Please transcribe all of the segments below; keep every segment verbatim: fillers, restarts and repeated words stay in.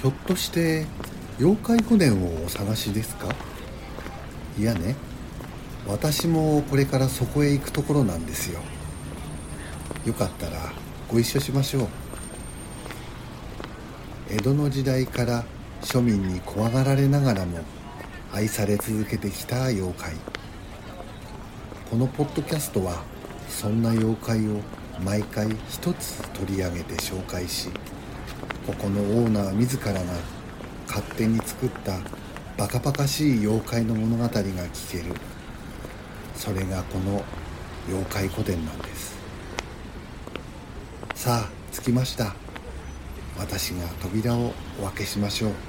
ひょっとして妖怪御殿をお探しですか？いやね、私もこれからそこへ行くところなんですよ。よかったらご一緒しましょう。江戸の時代から庶民に怖がられながらも愛され続けてきた妖怪。このポッドキャストはそんな妖怪を毎回一つ取り上げて紹介し、ここのオーナー自らが勝手に作ったバカバカしい妖怪の物語が聞ける。それがこの妖怪古典なんです。さあ着きました。私が扉をお開けしましょう。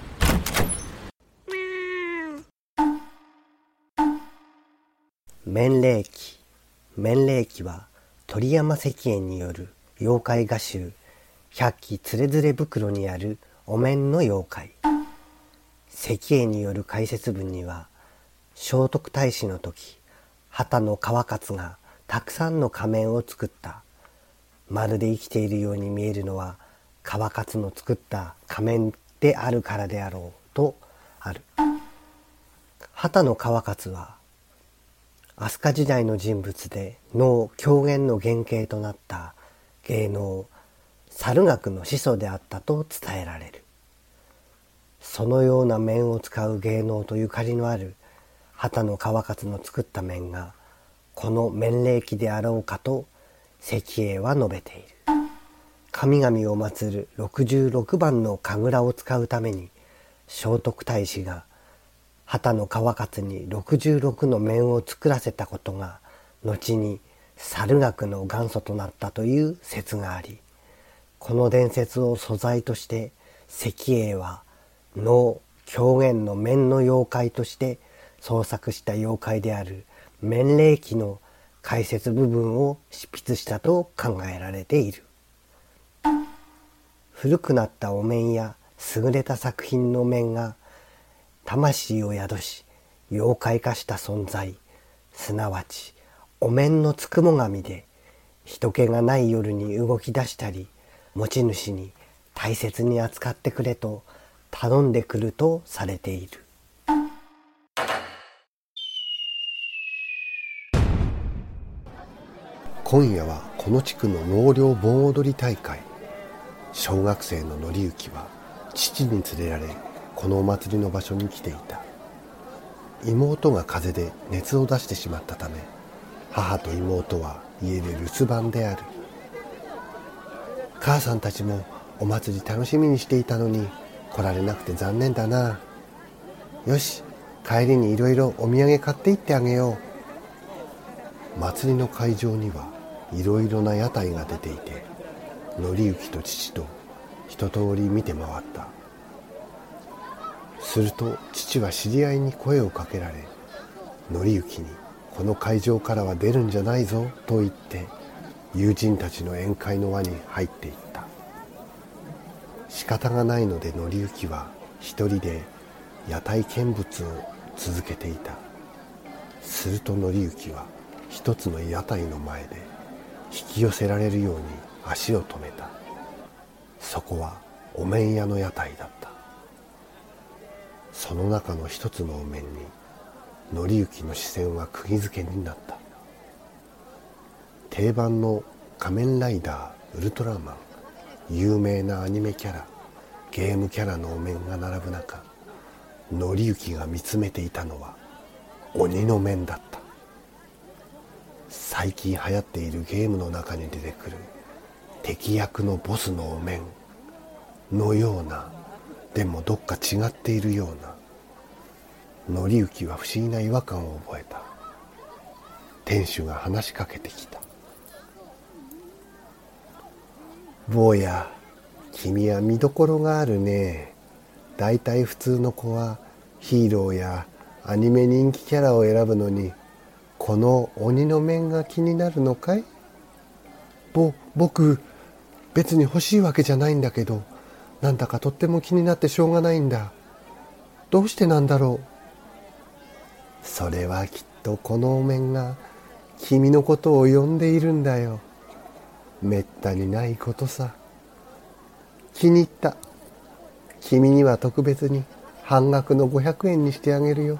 面霊記。面霊記は鳥山石燕による妖怪画集百鬼つれづれ袋にあるお面の妖怪。石燕による解説文には、聖徳太子の時、畑の川勝がたくさんの仮面を作った。まるで生きているように見えるのは川勝の作った仮面であるからであろうとある。畑の川勝は飛鳥時代の人物で能狂言の原型となった芸能猿楽の始祖であったと伝えられる。そのような面を使う芸能とゆかりのある畑の川勝の作った面がこの面霊記であろうかと石燕は述べている。神々を祀るろくじゅうろくばんの神楽を使うために聖徳太子が畑の川勝にろくじゅうろくの面を作らせたことが後に猿楽の元祖となったという説があり、この伝説を素材として石燕は能狂言の面の妖怪として創作した妖怪である面霊記の解説部分を執筆したと考えられている。古くなったお面や優れた作品の面が魂を宿し妖怪化した存在、すなわちお面のつくも神で、人気がない夜に動き出したり、持ち主に大切に扱ってくれと頼んでくるとされている。 今夜はこの地区の納涼盆踊り大会。小学生の則之は父に連れられこのお祭りの場所に来ていた。妹が風邪で熱を出してしまったため、母と妹は家で留守番である。母さんたちもお祭り楽しみにしていたのに来られなくて残念だな。よし、帰りにいろいろお土産買っていってあげよう。祭りの会場にはいろいろな屋台が出ていて、則之と父と一通り見て回った。すると父は知り合いに声をかけられ、則之にこの会場からは出るんじゃないぞと言って友人たちの宴会の輪に入っていった。仕方がないので則之は一人で屋台見物を続けていた。すると則之は一つの屋台の前で引き寄せられるように足を止めた。そこはお面屋の屋台だった。その中の一つのお面に則之の視線は釘付けになった。定番の仮面ライダー、ウルトラマン、有名なアニメキャラ、ゲームキャラのお面が並ぶ中、則之が見つめていたのは鬼の面だった。最近流行っているゲームの中に出てくる敵役のボスのお面のような、でもどっか違っているような。則之は不思議な違和感を覚えた。店主が話しかけてきた。坊や、君は見どころがあるね。だいたい普通の子はヒーローやアニメ人気キャラを選ぶのに、この鬼の面が気になるのかい？ぼ、僕、別に欲しいわけじゃないんだけど、なんだかとっても気になってしょうがないんだ。どうしてなんだろう。それはきっとこのお面が君のことを呼んでいるんだよ。めったにないことさ。気に入った。 君には特別に半額のごひゃくえんにしてあげるよ。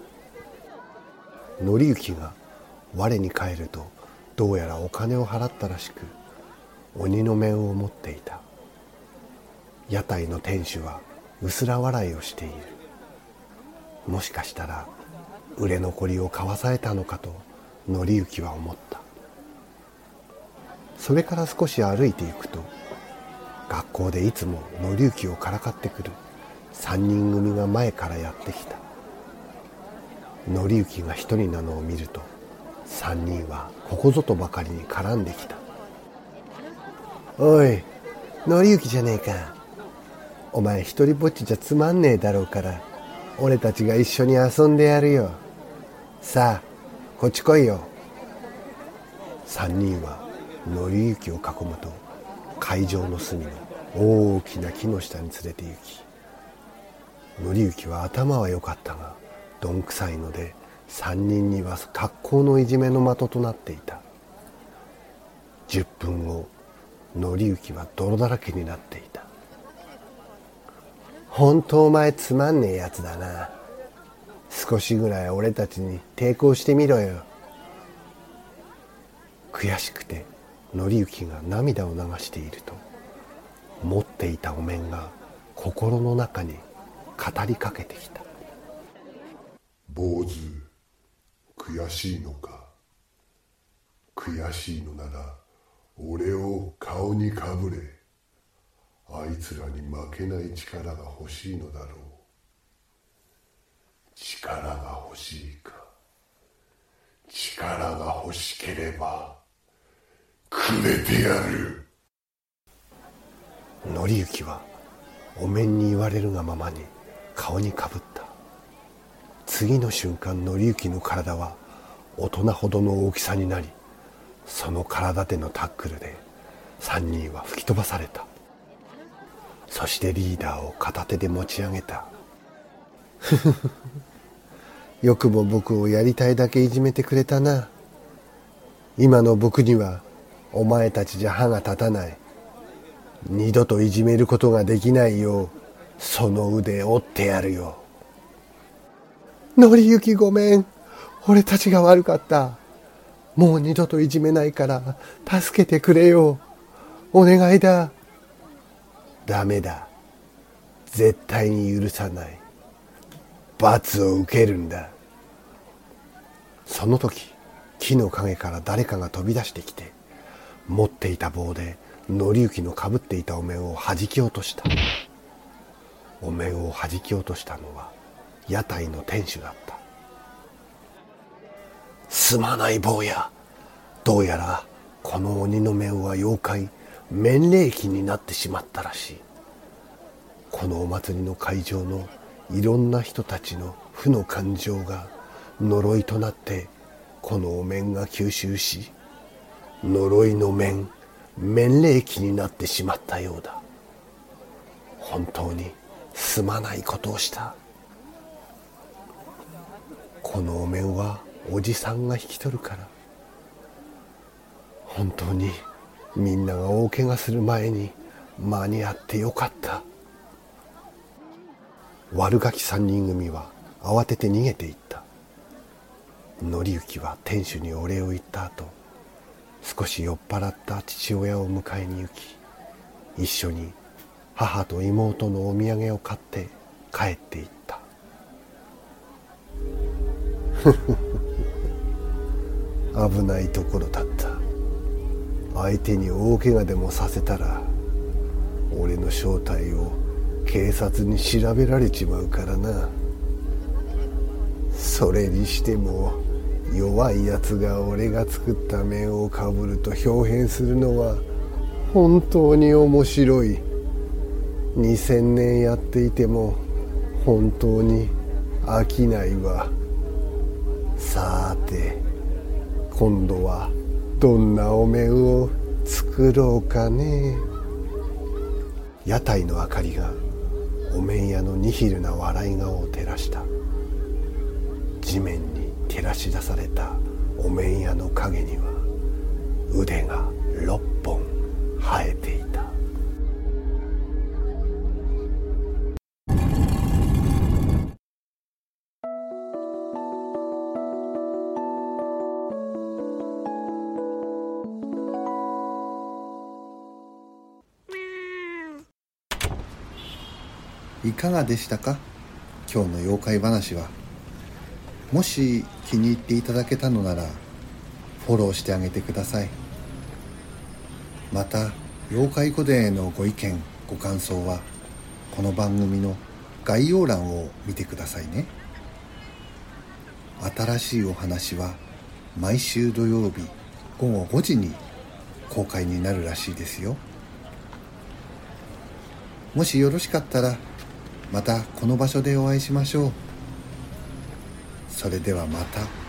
紀之が我に返ると、どうやらお金を払ったらしく、鬼の面を持っていた。屋台の店主は薄ら笑いをしている。もしかしたら売れ残りを買わされたのかと紀之は思った。それから少し歩いていくと、学校でいつも紀之をからかってくる三人組が前からやってきた。紀之が一人なのを見ると、三人はここぞとばかりに絡んできた。おい、紀之じゃねえか。お前一人ぼっちじゃつまんねえだろうから、俺たちが一緒に遊んでやるよ。さあ、こっち来いよ。三人は紀之を囲むと、会場の隅の大きな木の下に連れて行き、紀之は頭は良かったがどんくさいので、三人には格好のいじめの的となっていた。十分後、紀之は泥だらけになっていた。本当お前つまんねえやつだな。少しぐらい俺たちに抵抗してみろよ。悔しくて紀之が涙を流していると、持っていたお面が心の中に語りかけてきた。 坊主、悔しいのか。悔しいのなら俺を顔にかぶれ。あいつらに負けない力が欲しいのだろう。力が欲しいか。力が欲しければくれてやる。 紀之はお面に言われるがままに顔にかぶった。次の瞬間、紀之の体は大人ほどの大きさになり、その体でのタックルで三人は吹き飛ばされた。そしてリーダーを片手で持ち上げた。よくも僕をやりたいだけいじめてくれたな。今の僕にはお前たちじゃ歯が立たない。二度といじめることができないよう、その腕折ってやるよ。紀之ごめん。俺たちが悪かった。もう二度といじめないから助けてくれよ。お願いだ。ダメだ。絶対に許さない。罰を受けるんだ。その時、木の陰から誰かが飛び出してきて、持っていた棒で紀之のかぶっていたお面を弾き落とした。お面を弾き落としたのは屋台の店主だった。すまない坊や。どうやらこの鬼の面は妖怪面霊気になってしまったらしい。このお祭りの会場のいろんな人たちの負の感情が呪いとなってこのお面が吸収し、呪いの面、面霊気になってしまったようだ。本当にすまないことをした。このお面はおじさんが引き取るから。本当にみんなが大怪我する前に間に合ってよかった。悪ガキ三人組は慌てて逃げていった。紀之は店主にお礼を言った後、少し酔っ払った父親を迎えに行き、一緒に母と妹のお土産を買って帰っていった。危ないところだった。相手に大怪我でもさせたら、俺の正体を警察に調べられちまうからな。それにしても弱いやつが俺が作った面をかぶると豹変するのは本当に面白い。にせんねんやっていても本当に飽きないわ。さーて、今度はどんなお面を作ろうかね。屋台の明かりがお面屋のニヒルな笑い顔を照らした。地面に照らし出されたお面屋の影には腕がろっぽん生えていた。 いかがでしたか？今日の妖怪話は。もし気に入っていただけたのならフォローしてあげてください。また妖怪古典へのご意見ご感想はこの番組の概要欄を見てくださいね。新しいお話は毎週土曜日ごごごじに公開になるらしいですよ。もしよろしかったらまたこの場所でお会いしましょう。それではまた。